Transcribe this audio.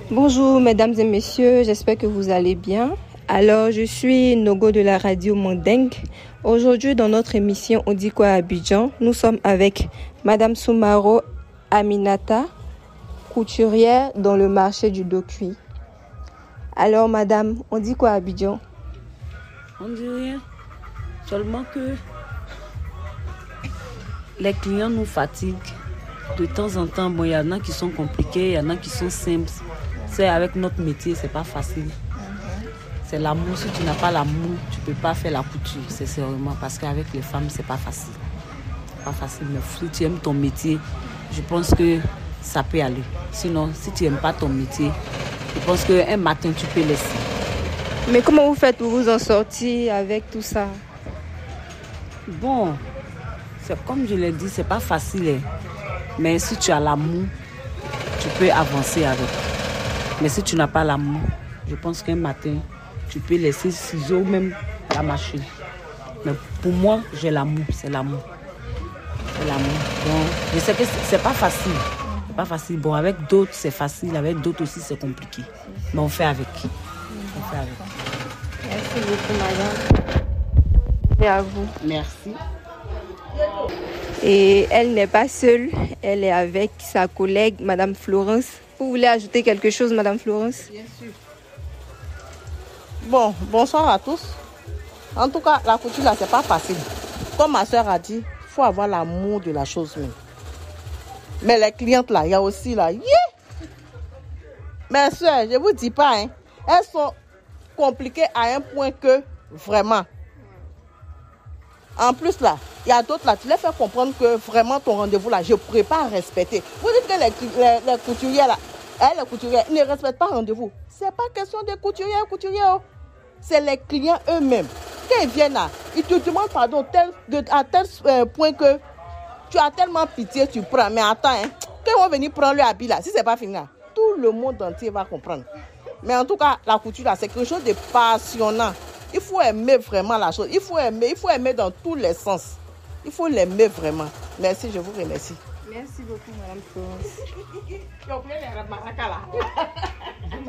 Bonjour mesdames et messieurs, j'espère que vous allez bien. Alors je suis Nogo de la radio Mandingue. Aujourd'hui dans notre émission On dit quoi à Abidjan, nous sommes avec Madame Soumaro Aminata, couturière dans le marché du Dokuy. Alors madame, on dit quoi à Abidjan? On dit rien, seulement que les clients nous fatiguent. De temps en temps, il y en a qui sont compliqués, il y en a qui sont simples. C'est avec notre métier, c'est pas facile. C'est l'amour. Si tu n'as pas l'amour, tu peux pas faire la couture. C'est sérieusement parce qu'avec les femmes, c'est pas facile. Pas facile. Mais si tu aimes ton métier, je pense que ça peut aller. Sinon, si tu n'aimes pas ton métier, je pense qu'un matin, tu peux laisser. Mais comment vous faites pour vous en sortir avec tout ça? Bon, c'est comme je l'ai dit, c'est pas facile. Mais si tu as l'amour, tu peux avancer avec. Mais si tu n'as pas l'amour, je pense qu'un matin, tu peux laisser ciseaux ou même la machine. Mais pour moi, j'ai l'amour, c'est l'amour. C'est l'amour. Donc, je sais que c'est pas facile. C'est pas facile. Bon, avec d'autres, c'est facile. Avec d'autres aussi, c'est compliqué. Mais on fait avec. On fait avec. Merci beaucoup, madame. Et à vous. Merci. Et elle n'est pas seule, elle est avec sa collègue, Madame Florence. Vous voulez ajouter quelque chose, Madame Florence? Bien sûr. Bon, bonsoir à tous. En tout cas, la couture là, c'est pas facile. Comme ma soeur a dit, il faut avoir l'amour de la chose même. Mais les clientes là, il y a aussi là, mes soeurs, je vous dis pas, hein, elles sont compliquées à un point que vraiment. En plus là, il y a d'autres là, tu les fais comprendre que vraiment ton rendez-vous là, je ne pourrais pas respecter. Vous dites que les couturières là, les couturières ne respectent pas le rendez-vous. Ce n'est pas question des couturières. C'est les clients eux-mêmes. Quand ils viennent là, ils te demandent pardon à tel point que tu as tellement pitié, tu prends. Mais attends, hein, quand ils vont venir prendre le habit là, si ce n'est pas fini là, tout le monde entier va comprendre. Mais en tout cas, la couture là, c'est quelque chose de passionnant. Il faut aimer vraiment la chose. Il faut aimer dans tous les sens. Il faut l'aimer vraiment. Merci, je vous remercie. Merci beaucoup, Madame Florence.